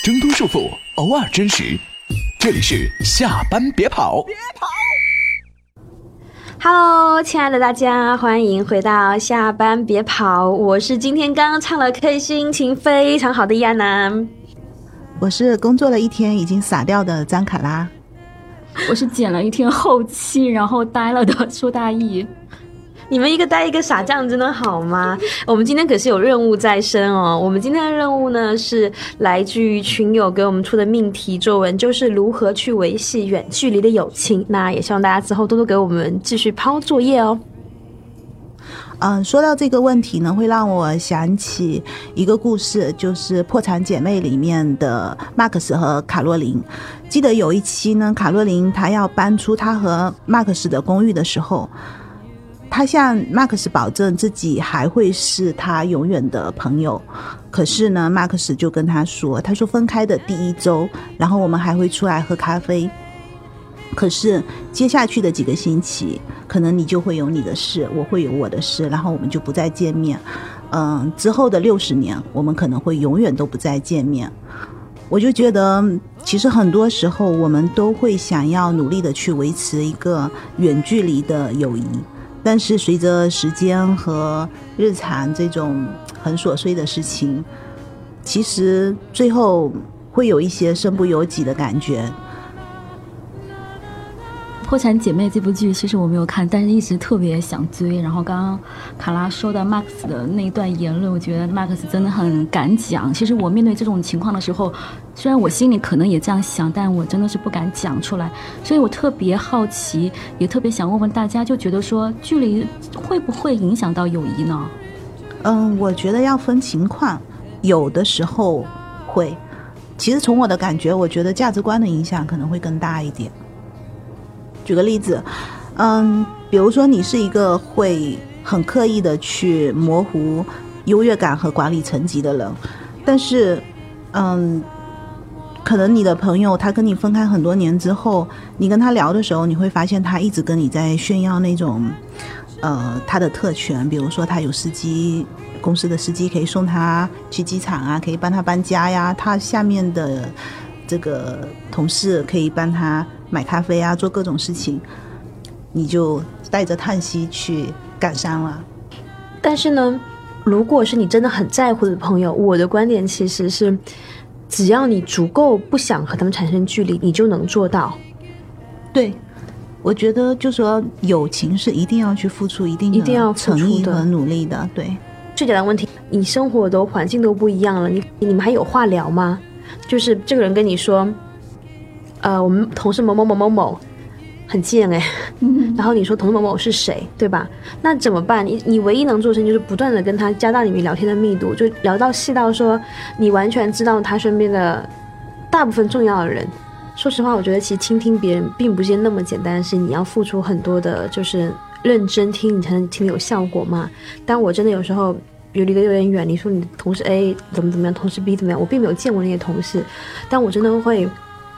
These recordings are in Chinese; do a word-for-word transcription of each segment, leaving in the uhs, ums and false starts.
挣脱束缚，偶尔真实。这里是下班别跑。别跑。 Hello， 亲爱的大家，欢迎回到下班别跑。我是今天刚刚唱了 K 心情非常好的亚楠。 我是工作了一天已经傻掉的张卡拉。 我是剪了一天后期然后呆了的苏大义。 你们一个呆一个傻，这样真的好吗？我们今天可是有任务在身哦。我们今天的任务呢，是来自于群友给我们出的命题作文，就是如何去维系远距离的友情。那也希望大家之后多多给我们继续抛作业哦。 嗯，说到这个问题呢，会让我想起一个故事，就是《破产姐妹》里面的马克斯和卡洛琳。记得有一期呢，卡洛琳她要搬出她和马克斯的公寓的时候，他向马克思保证自己还会是他永远的朋友，可是呢，马克思就跟他说，他说分开的第一周，然后我们还会出来喝咖啡，可是接下去的几个星期，可能你就会有你的事，我会有我的事，然后我们就不再见面。嗯，之后的六十年，我们可能会永远都不再见面。我就觉得，其实很多时候我们都会想要努力的去维持一个远距离的友谊。但是随着时间和日常这种很琐碎的事情，其实最后会有一些身不由己的感觉。 破产姐妹这部剧其实我没有看，但是一直特别想追。然后刚刚卡拉说到 Max 的那一段言论，我觉得 Max 真的很敢讲。其实我面对这种情况的时候，虽然我心里可能也这样想，但我真的是不敢讲出来。所以我特别好奇，也特别想问问大家，就觉得说距离会不会影响到友谊呢？ 嗯，我觉得要分情况，有的时候会。其实从我的感觉，我觉得价值观的影响可能会更大一点。举个例子，嗯，比如说你是一个会很刻意的去模糊优越感和管理层级的人，但是，嗯，可能你的朋友他跟你分开很多年之后，你跟他聊的时候，你会发现他一直跟你在炫耀那种，呃，他的特权，比如说他有司机，公司的司机可以送他去机场啊，可以帮他搬家呀，他下面的这个同事可以帮他买咖啡啊，做各种事情，你就带着叹息去感伤了。 但是呢，如果是你真的很在乎的朋友，我的观点其实是，只要你足够不想和他们产生距离，你就能做到。 对，我觉得就说友情是一定要去付出一定的诚意和努力的。对， 最简单的问题，你生活的环境都不一样了，你你们还有话聊吗？就是这个人跟你说，呃，我们同事某某某某某很贱哎、嗯，然后你说同事某某是谁，对吧？那怎么办？你你唯一能做的事情就是不断的跟他加大你们聊天的密度，就聊到细到说你完全知道他身边的大部分重要的人。说实话，我觉得其实倾听别人并不是那么简单，是你要付出很多的，就是认真听，你才能听得有效果嘛。但我真的有时候比如离得有点远，你说你同事 A 怎么怎么样，同事 B 怎么样，我并没有见过那些同事，但我真的会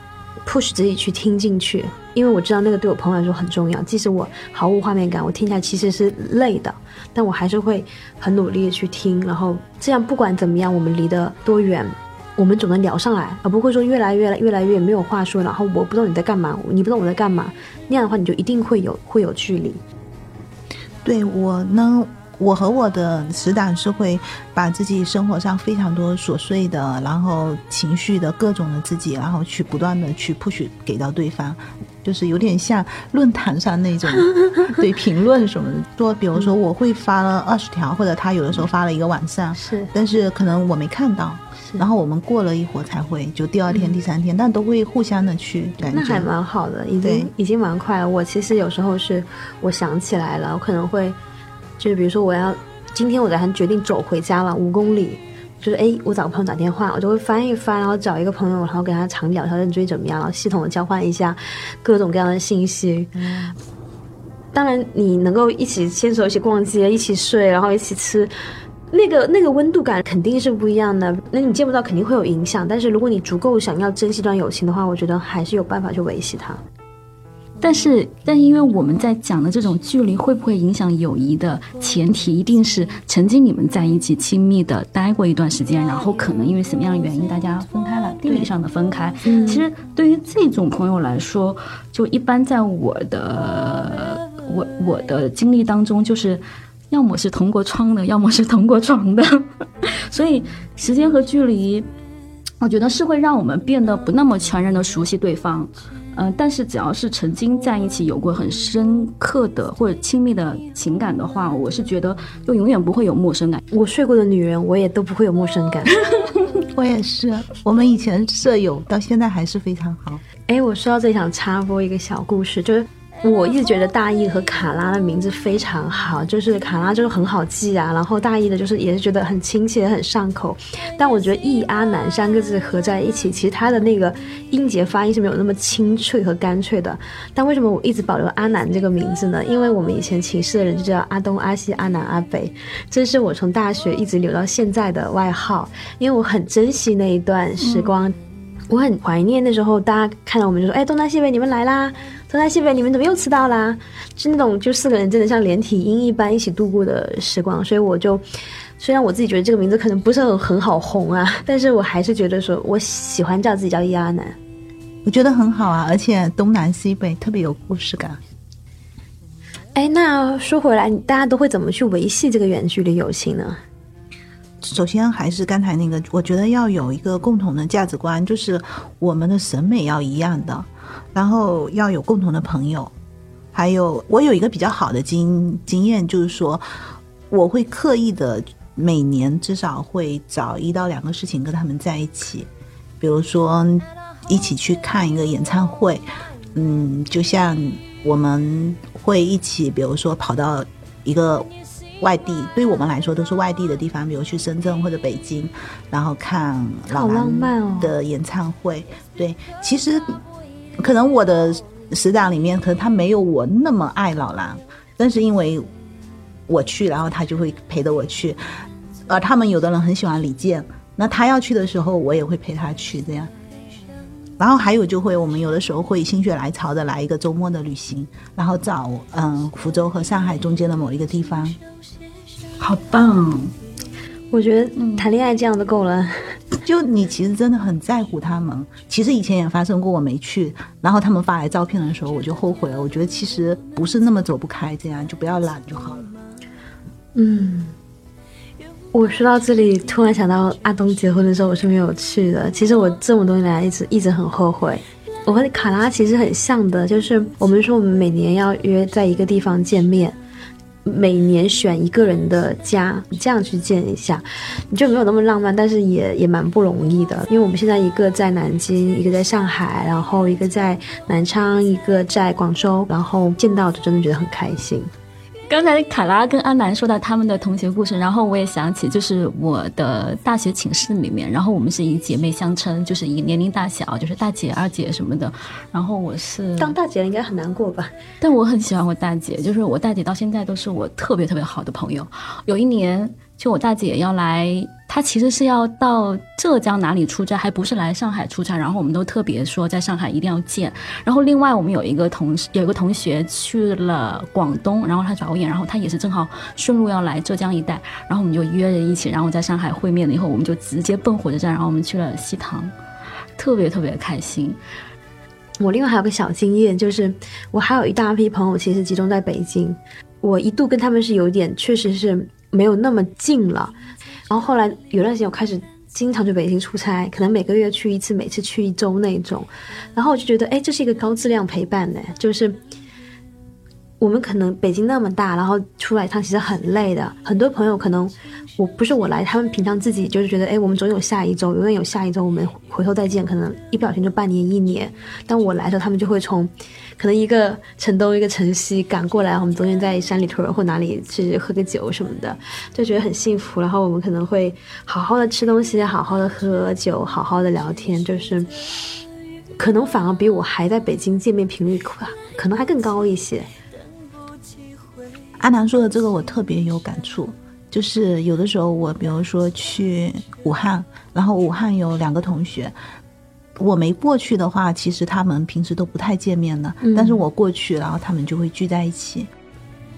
push 自己去听进去，因为我知道那个对我朋友来说很重要。即使我毫无画面感，我听起来其实是累的，但我还是会很努力的去听，然后这样不管怎么样，我们离得多远，我们总能聊上来，而不会说越来越越来越没有话说，然后我不知道你在干嘛，你不知道我在干嘛，那样的话你就一定会有会有距离。 对，我呢，我和我的死党是会把自己生活上非常多琐碎的，然后情绪的各种的自己，然后去不断的去 push 给到对方，就是有点像论坛上那种对评论什么的，说比如说我会发了二十条，或者他有的时候发了一个晚上， 是， 但是可能我没看到，然后我们过了一会儿才会，就第二天、嗯、第三天，但都会互相的去感觉， 那还蛮好的，已经已经蛮快了。我其实有时候是我想起来了，我可能会就是比如说我要今天我打算决定走回家了五公里，就是哎，我找个朋友打电话，我就会翻一翻，然后找一个朋友，然后跟他长聊一下认追怎么样，然后系统的交换一下各种各样的信息。嗯，当然你能够一起牵手一起逛街一起睡然后一起吃，那个那个温度感肯定是不一样的，那你见不到肯定会有影响，但是如果你足够想要珍惜这段友情的话，我觉得还是有办法去维系它。 但是但因为我们在讲的这种距离会不会影响友谊的前提一定是曾经你们在一起亲密的待过一段时间，然后可能因为什么样的原因大家分开了， 地理上的分开。其实对于这种朋友来说，就一般在我的我我的经历当中，就是要么是同过窗的，要么是同过床的所以时间和距离我觉得是会让我们变得不那么全然的熟悉对方，嗯、呃，但是只要是曾经在一起有过很深刻的或者亲密的情感的话，我是觉得就永远不会有陌生感。 我睡过的女人，我也都不会有陌生感我也是，我们以前舍友到现在还是非常好。 哎，我说到这里想插播一个小故事，就是我一直觉得大意和卡拉的名字非常好，就是卡拉就是很好记啊，然后大意的就是也是觉得很亲切很上口，但我觉得易阿南三个字合在一起，其实它的那个音节发音是没有那么清脆和干脆的。但为什么我一直保留阿南这个名字呢？因为我们以前寝室的人就叫阿东阿西阿南阿北，这是我从大学一直留到现在的外号，因为我很珍惜那一段时光、嗯，我很怀念那时候大家看到我们就说，哎，东南西北你们来啦，东南西北你们怎么又迟到啦，是那种就四个人真的像连体婴一般一起度过的时光。所以我就虽然我自己觉得这个名字可能不是很很好红啊，但是我还是觉得说我喜欢叫自己叫易阿南， 我觉得很好啊，而且东南西北特别有故事感。 哎，那说回来，大家都会怎么去维系这个远距离友情呢？ 首先还是刚才那个，我觉得要有一个共同的价值观，就是我们的审美要一样的，然后要有共同的朋友。还有我有一个比较好的经经验，就是说我会刻意的每年至少会找一到两个事情跟他们在一起，比如说一起去看一个演唱会，嗯，就像我们会一起比如说跑到一个外地，对我们来说都是外地的地方，比如去深圳或者北京，然后看老狼的演唱会、哦、对，其实可能我的死党里面可能他没有我那么爱老狼，但是因为我去，然后他就会陪着我去，而他们有的人很喜欢李健，那他要去的时候我也会陪他去这样。然后还有就会我们有的时候会心血来潮的来一个周末的旅行，然后找嗯福州和上海中间的某一个地方。 好棒， 我觉得谈恋爱这样就够了。 就你其实真的很在乎他们，其实以前也发生过我没去，然后他们发来照片的时候我就后悔了，我觉得其实不是那么走不开，这样就不要懒就好了。 嗯，我说到这里突然想到阿东结婚的时候我是没有去的，其实我这么多年来一直一直很后悔。我和卡拉其实很像的，就是我们说我们每年要约在一个地方见面，每年选一个人的家，这样去见一下，你就没有那么浪漫，但是也也蛮不容易的。因为我们现在一个在南京，一个在上海，然后一个在南昌，一个在广州，然后见到就真的觉得很开心。 刚才卡拉跟安南说到他们的同学故事，然后我也想起就是我的大学寝室里面，然后我们是以姐妹相称，就是以年龄大小，就是大姐二姐什么的。然后我是当大姐应该很难过吧， 但我很喜欢我大姐，就是我大姐到现在都是我特别特别好的朋友。有一年就我大姐要来，她其实是要到浙江哪里出差，还不是来上海出差，然后我们都特别说在上海一定要见。然后另外我们有一个同有一个同学去了广东，然后他找我演，然后他也是正好顺路要来浙江一带，然后我们就约着一起，然后在上海会面了以后，我们就直接奔火车站，然后我们去了西塘，特别特别开心。 我另外还有个小经验，就是我还有一大批朋友其实集中在北京，我一度跟他们是有点确实是没有那么近了，然后后来有段时间我开始经常去北京出差，可能每个月去一次，每次去一周那种，然后我就觉得哎，这是一个高质量陪伴呢，就是我们可能北京那么大，然后出来一趟其实很累的，很多朋友可能我不是我来，他们平常自己就是觉得哎，我们总有下一周，永远有下一周，我们回头再见，可能一不小心就半年一年，当我来的时候他们就会从可能一个城东一个城西赶过来，我们中间在山里屯或哪里去喝个酒什么的，就觉得很幸福。然后我们可能会好好的吃东西，好好的喝酒，好好的聊天，就是可能反而比我还在北京见面频率可能还更高一些。 阿南说的这个我特别有感触，就是有的时候我比如说去武汉，然后武汉有两个同学，我没过去的话其实他们平时都不太见面的、嗯、但是我过去然后他们就会聚在一起。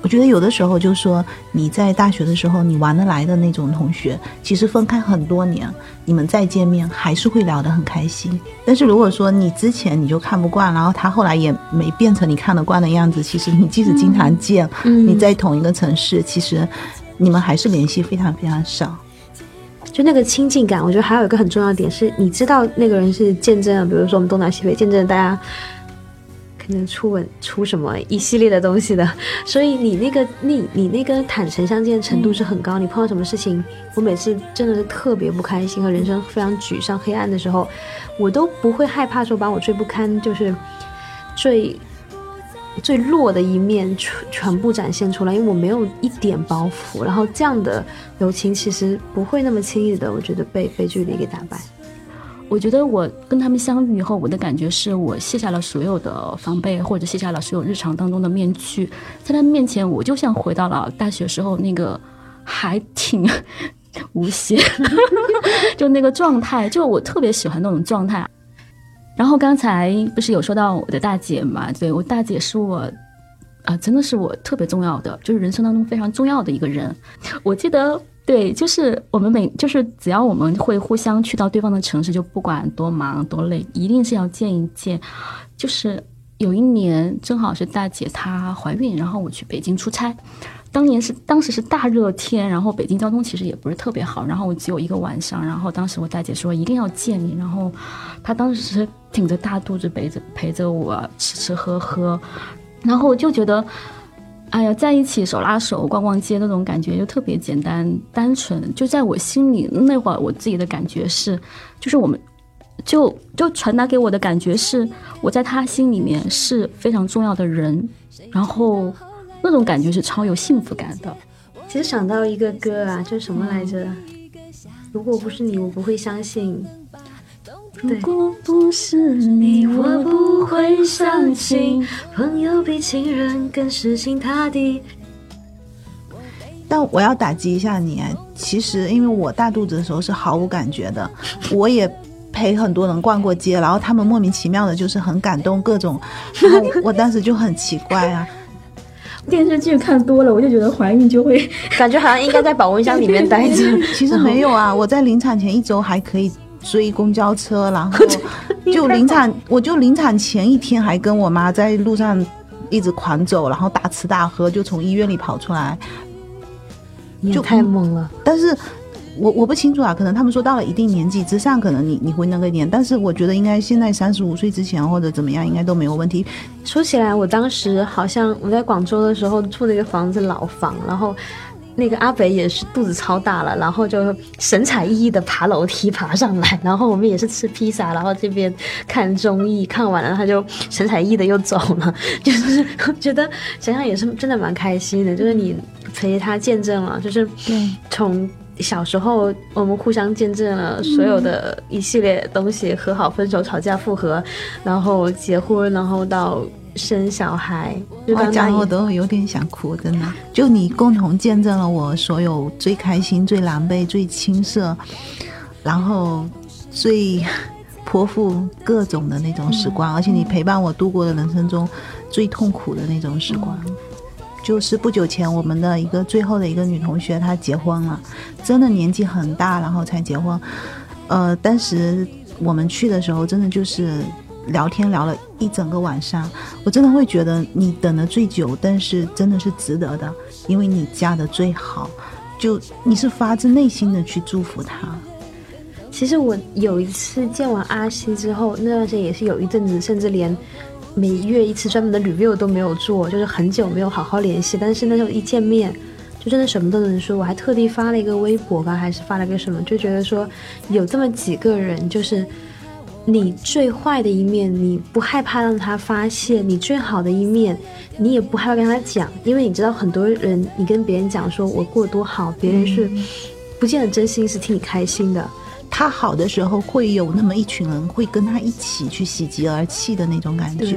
我觉得有的时候就说你在大学的时候你玩得来的那种同学，其实分开很多年你们再见面还是会聊得很开心。但是如果说你之前你就看不惯，然后他后来也没变成你看得惯的样子，其实你即使经常见、嗯、你在同一个城市，其实你们还是联系非常非常少。 就那个亲近感，我觉得还有一个很重要的点是，你知道那个人是见证了，比如说我们东南西北见证了大家可能初吻出什么一系列的东西的，所以你那个你你那个坦诚相见的程度是很高。你碰到什么事情，我每次真的是特别不开心和人生非常沮丧黑暗的时候，我都不会害怕说把我最不堪就是最最弱的一面全部展现出来，因为我没有一点包袱，然后这样的友情其实不会那么轻易的我觉得被被距离给打败。 我觉得我跟他们相遇以后，我的感觉是我卸下了所有的防备，或者卸下了所有日常当中的面具，在他们面前我就像回到了大学时候那个还挺无邪就那个状态，就我特别喜欢那种状态。然后刚才不是有说到我的大姐嘛，对，我大姐是我啊、呃，真的是我特别重要的，就是人生当中非常重要的一个人。我记得对，就是我们每就是只要我们会互相去到对方的城市，就不管多忙多累，一定是要见一见。就是有一年正好是大姐她怀孕，然后我去北京出差，当年是当时是大热天，然后北京交通其实也不是特别好，然后我只有一个晚上，然后当时我大姐说一定要见你，然后她当时是挺着大肚子陪着陪着我吃吃喝喝，然后我就觉得哎呀，在一起手拉手逛逛街那种感觉就特别简单单纯。就在我心里那会儿，我自己的感觉是，就是我们就就传达给我的感觉是，我在他心里面是非常重要的人，然后那种感觉是超有幸福感的。 其实想到一个歌啊，就是什么来着？如果不是你，我不会相信。 如果不是你，我不会相信。 朋友比情人更死心塌地。 但我要打击一下你，其实因为我大肚子的时候是毫无感觉的，我也陪很多人逛过街，然后他们莫名其妙的就是很感动各种，然后我当时就很奇怪啊。 电视剧看多了，我就觉得怀孕就会感觉好像应该在保温箱里面待着。 其实没有啊，我在临产前一周还可以追公交车，然后就临产，我就临产前一天还跟我妈在路上一直狂走，然后大吃大喝，就从医院里跑出来。 你太猛了！ 但是我我不清楚啊，可能他们说到了一定年纪之上，可能你你会那个年，但是我觉得应该现在三十五岁之前或者怎么样，应该都没有问题。 说起来，我当时好像我在广州的时候住那个房子老房，然后那个阿北也是肚子超大了，然后就神采奕奕的爬楼梯爬上来，然后我们也是吃披萨，然后这边看综艺，看完了他就神采奕奕的又走了，就是觉得想想也是真的蛮开心的，就是你陪他见证了，就是从小时候我们互相见证了所有的一系列东西，和好分手吵架复合，然后结婚，然后到生小孩， 我讲我都有点想哭，真的。就你共同见证了我所有最开心、最狼狈、最青涩，然后最泼妇各种的那种时光、嗯、而且你陪伴我度过的人生中最痛苦的那种时光、嗯、就是不久前我们的一个最后的一个女同学她结婚了，真的年纪很大然后才结婚。呃，当时我们去的时候真的就是聊天聊了一整个晚上，我真的会觉得你等了最久，但是真的是值得的，因为你嫁的最好，就你是发自内心的去祝福他。 其实我有一次见完阿西之后，那段时间也是有一阵子甚至连每月一次专门的 review 都没有做，就是很久没有好好联系，但是那时候一见面就真的什么都能说。我还特地发了一个微博吧，还是发了个什么，就觉得说有这么几个人，就是你最坏的一面你不害怕让他发现，你最好的一面你也不害怕跟他讲，因为你知道很多人你跟别人讲说我过多好，别人是不见得真心是替你开心的。 他好的时候会有那么一群人会跟他一起去喜极而泣的那种感觉。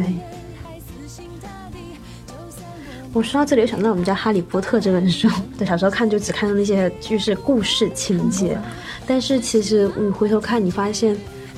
我说到这里我想到我们家哈利波特这本书，对，小时候看就只看到那些就是故事情节、嗯、但是其实你回头看你发现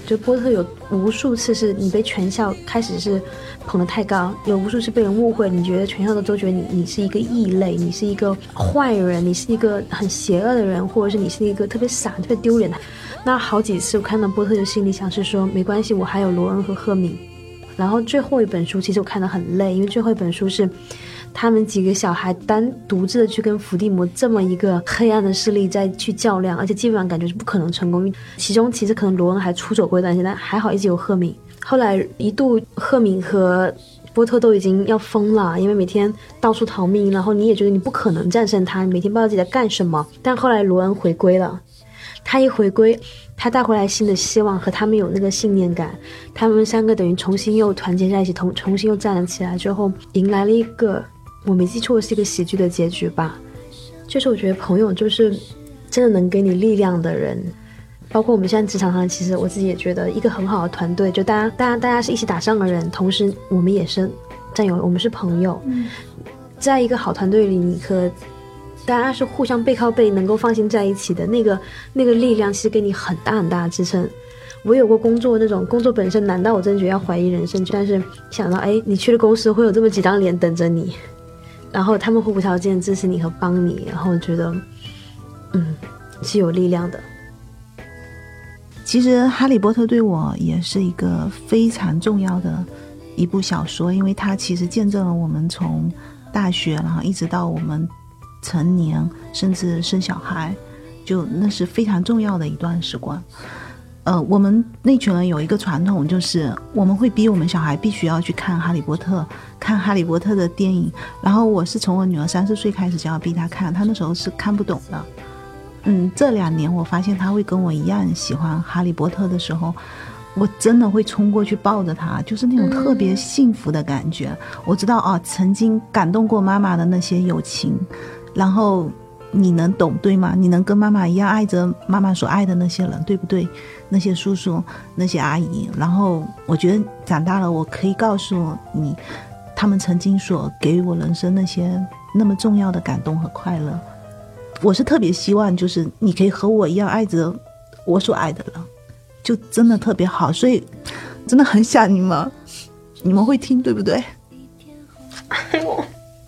就波特有无数次是你被全校开始是捧得太高，有无数次被人误会，你觉得全校都觉得你你是一个异类，你是一个坏人，你是一个很邪恶的人，或者是你是一个特别傻特别丢脸的。那好几次我看到波特的心里想是说没关系，我还有罗恩和赫敏。然后最后一本书其实我看得很累，因为最后一本书是他们几个小孩单独自的去跟伏地魔这么一个黑暗的势力再去较量，而且基本上感觉是不可能成功。其中其实可能罗恩还出手过一段时间，但还好一直有赫敏。后来一度赫敏和波特都已经要疯了，因为每天到处逃命，然后你也觉得你不可能战胜他，你每天不知道自己在干什么。但后来罗恩回归了，他一回归，他带回来新的希望和他们有那个信念感，他们三个等于重新又团结在一起，重重新又站了起来，之后迎来了一个我没记错是一个喜剧的结局吧。就是我觉得朋友就是真的能给你力量的人，包括我们现在职场上，其实我自己也觉得一个很好的团队，就大家大家大家是一起打仗的人，同时我们也是战友，我们是朋友、嗯、在一个好团队里，你和大家是互相背靠背能够放心在一起的，那个那个力量其实给你很大很大的支撑。我有过工作那种工作本身难到我真的觉得要怀疑人生，但是想到哎，你去了公司会有这么几张脸等着你，然后他们会无条件支持你和帮你，然后我觉得嗯是有力量的。 其实哈利波特对我也是一个非常重要的一部小说，因为它其实见证了我们从大学然后一直到我们成年甚至生小孩，就那是非常重要的一段时光。呃，我们那群人有一个传统，就是我们会逼我们小孩必须要去看哈利波特，看哈利波特的电影，然后我是从我女儿三四岁开始就要逼她看，她那时候是看不懂的。嗯，这两年我发现她会跟我一样喜欢哈利波特的时候，我真的会冲过去抱着她，就是那种特别幸福的感觉、嗯、我知道哦，曾经感动过妈妈的那些友情，然后你能懂对吗？你能跟妈妈一样爱着妈妈所爱的那些人，对不对？那些叔叔那些阿姨，然后我觉得长大了我可以告诉你，他们曾经所给予我人生那些那么重要的感动和快乐。我是特别希望就是你可以和我一样爱着我所爱的人，就真的特别好，所以真的很想你们，你们会听对不对？ 哎呦，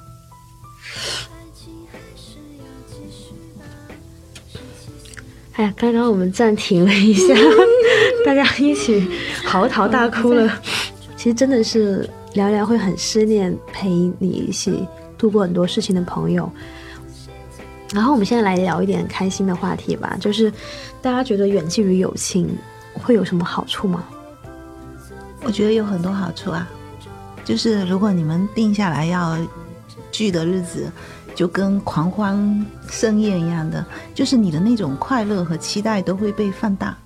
哎呀，刚刚我们暂停了一下大家一起嚎啕大哭了。其实真的是聊聊会很思念陪你一起度过很多事情的朋友。然后我们现在来聊一点开心的话题吧，就是大家觉得远距离友情会有什么好处吗？ 我觉得有很多好处啊，就是如果你们定下来要聚的日子就跟狂欢盛宴一样的，就是你的那种快乐和期待都会被放大。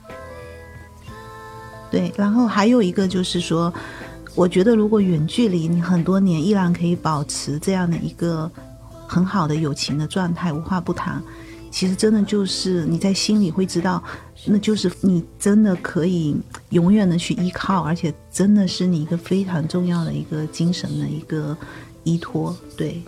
对，然后还有一个就是说，我觉得如果远距离你很多年依然可以保持这样的一个很好的友情的状态，无话不谈，其实真的就是你在心里会知道，那就是你真的可以永远的去依靠，而且真的是你一个非常重要的一个精神的一个依托。对，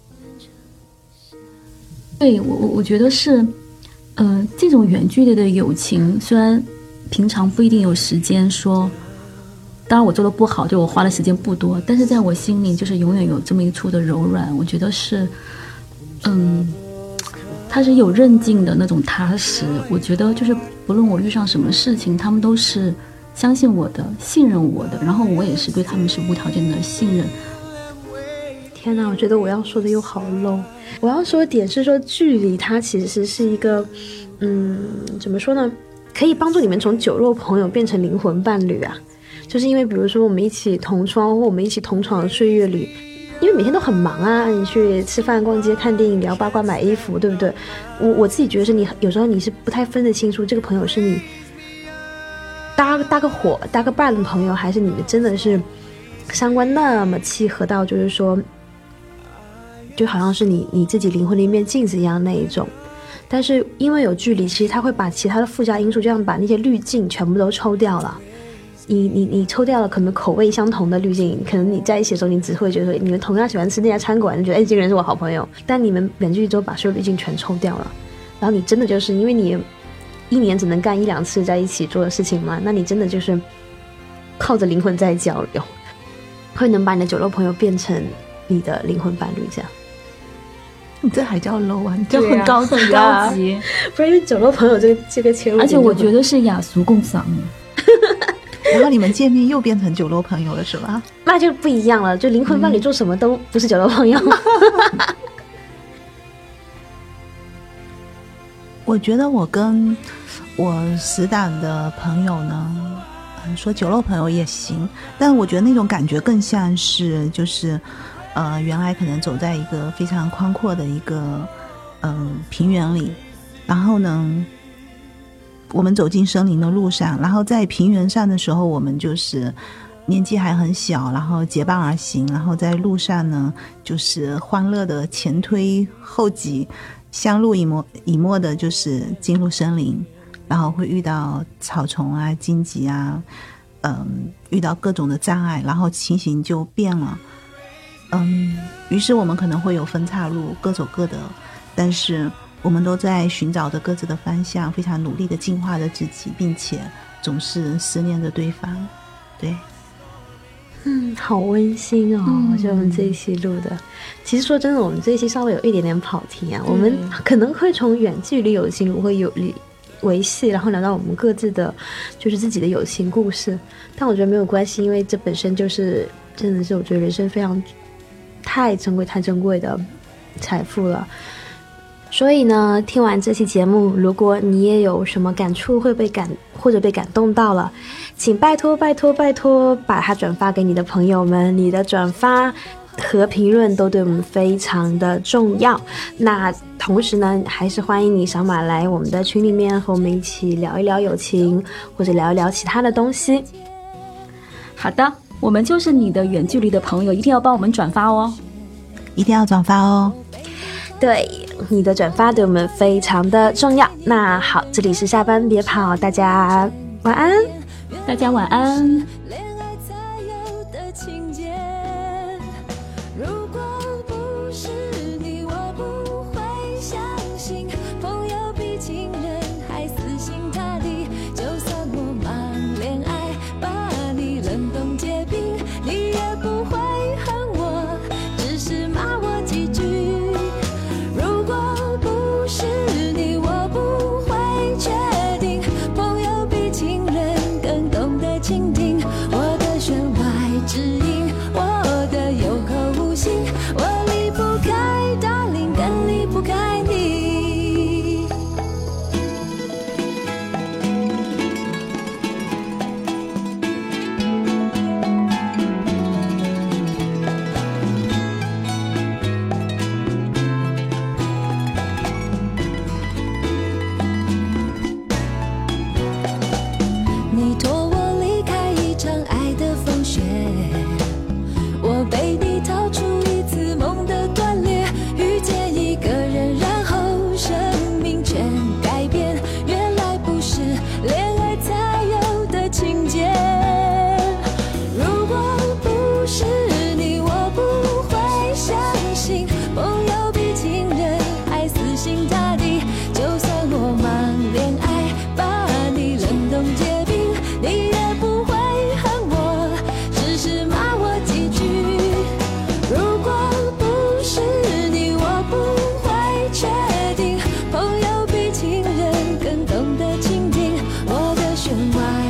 对，我我觉得是，呃，这种远距离的友情，虽然平常不一定有时间说，当然我做的不好，就我花的时间不多，但是在我心里就是永远有这么一处的柔软。我觉得是，嗯，它是有韧劲的那种踏实。我觉得就是不论我遇上什么事情，他们都是相信我的，信任我的，然后我也是对他们是无条件的信任。 天哪，我觉得我要说的又好 low。我要说的点是说，距离它其实是一个，嗯，怎么说呢？可以帮助你们从酒肉朋友变成灵魂伴侣啊。就是因为比如说我们一起同窗，或我们一起同床的岁月里，因为每天都很忙啊，你去吃饭、逛街、看电影、聊八卦、买衣服，对不对？我我自己觉得是你有时候你是不太分得清楚这个朋友是你搭搭个伙、搭个伴的朋友，还是你们真的是三观那么契合到就是说，就好像是你你自己灵魂的一面镜子一样那一种。但是因为有距离，其实它会把其他的附加因素，就像把那些滤镜全部都抽掉了。你你你抽掉了可能口味相同的滤镜，可能你在一起的时候，你只会觉得你们同样喜欢吃那家餐馆，你觉得哎这个人是我好朋友。但你们远距离之后把所有滤镜全抽掉了，然后你真的就是因为你一年只能干一两次在一起做的事情吗？那你真的就是靠着灵魂在交流，会能把你的酒肉朋友变成你的灵魂伴侣这样。 你这还叫 low 啊？你这很高级啊！ 高级， 不是因为酒肉朋友这个这个切入点， 而且我觉得是雅俗共赏。 然后你们见面又变成酒肉朋友了是吧？ 那就不一样了，就灵魂伴侣做什么都不是酒肉朋友。 我觉得我跟我死党的朋友呢，嗯，说酒肉朋友也行，但我觉得那种感觉更像是就是呃，原来可能走在一个非常宽阔的一个嗯、呃、平原里，然后呢我们走进森林的路上，然后在平原上的时候我们就是年纪还很小，然后结伴而行，然后在路上呢就是欢乐的前推后挤，相濡以沫以沫的就是进入森林，然后会遇到草丛啊荆棘啊，嗯，遇到各种的障碍，然后情形就变了。嗯，于是我们可能会有分岔路，各走各的，但是我们都在寻找着各自的方向，非常努力的进化着自己，并且总是思念着对方。对， 嗯，好温馨哦！ 嗯我觉得我们这一期录的，其实说真的，我们这一期稍微有一点点跑题啊。我们可能会从远距离友情如何有维系，然后聊到我们各自的就是自己的友情故事，但我觉得没有关系，因为这本身就是真的是我觉得人生非常太珍贵、太珍贵的财富了。所以呢，听完这期节目，如果你也有什么感触，会被感或者被感动到了，请拜托拜托拜托把它转发给你的朋友们，你的转发和评论都对我们非常的重要。那同时呢，还是欢迎你扫码来我们的群里面和我们一起聊一聊友情，或者聊一聊其他的东西。 好的，我们就是你的远距离的朋友，一定要帮我们转发哦， 一定要转发哦。 对，你的转发对我们非常的重要。那好，这里是下班别跑，大家晚安， 大家晚安。 恋爱才有的情节，如果不是你，我不会相信朋友比情人还死心塌地。就算我忙恋爱，把你冷冻结冰，你也不会恨我，只是骂我几句。如果不是你，我不会确定朋友比情人更懂得倾听我的弦外之音，我的有口无心，我离不开 darling， 更离不开你。你托我离开一场爱的风雪，我被你逃出一次梦的断裂，遇见一个人，然后生命全改变，原来不是恋爱才有的情节。如果不是你，我不会相信朋友比情人还死心塌地。就算我忙恋爱，把你冷冻结冰，你也不会恨我，只是骂我几句。如果不是你，我不会确定朋友比情人更懂得倾听我的弦外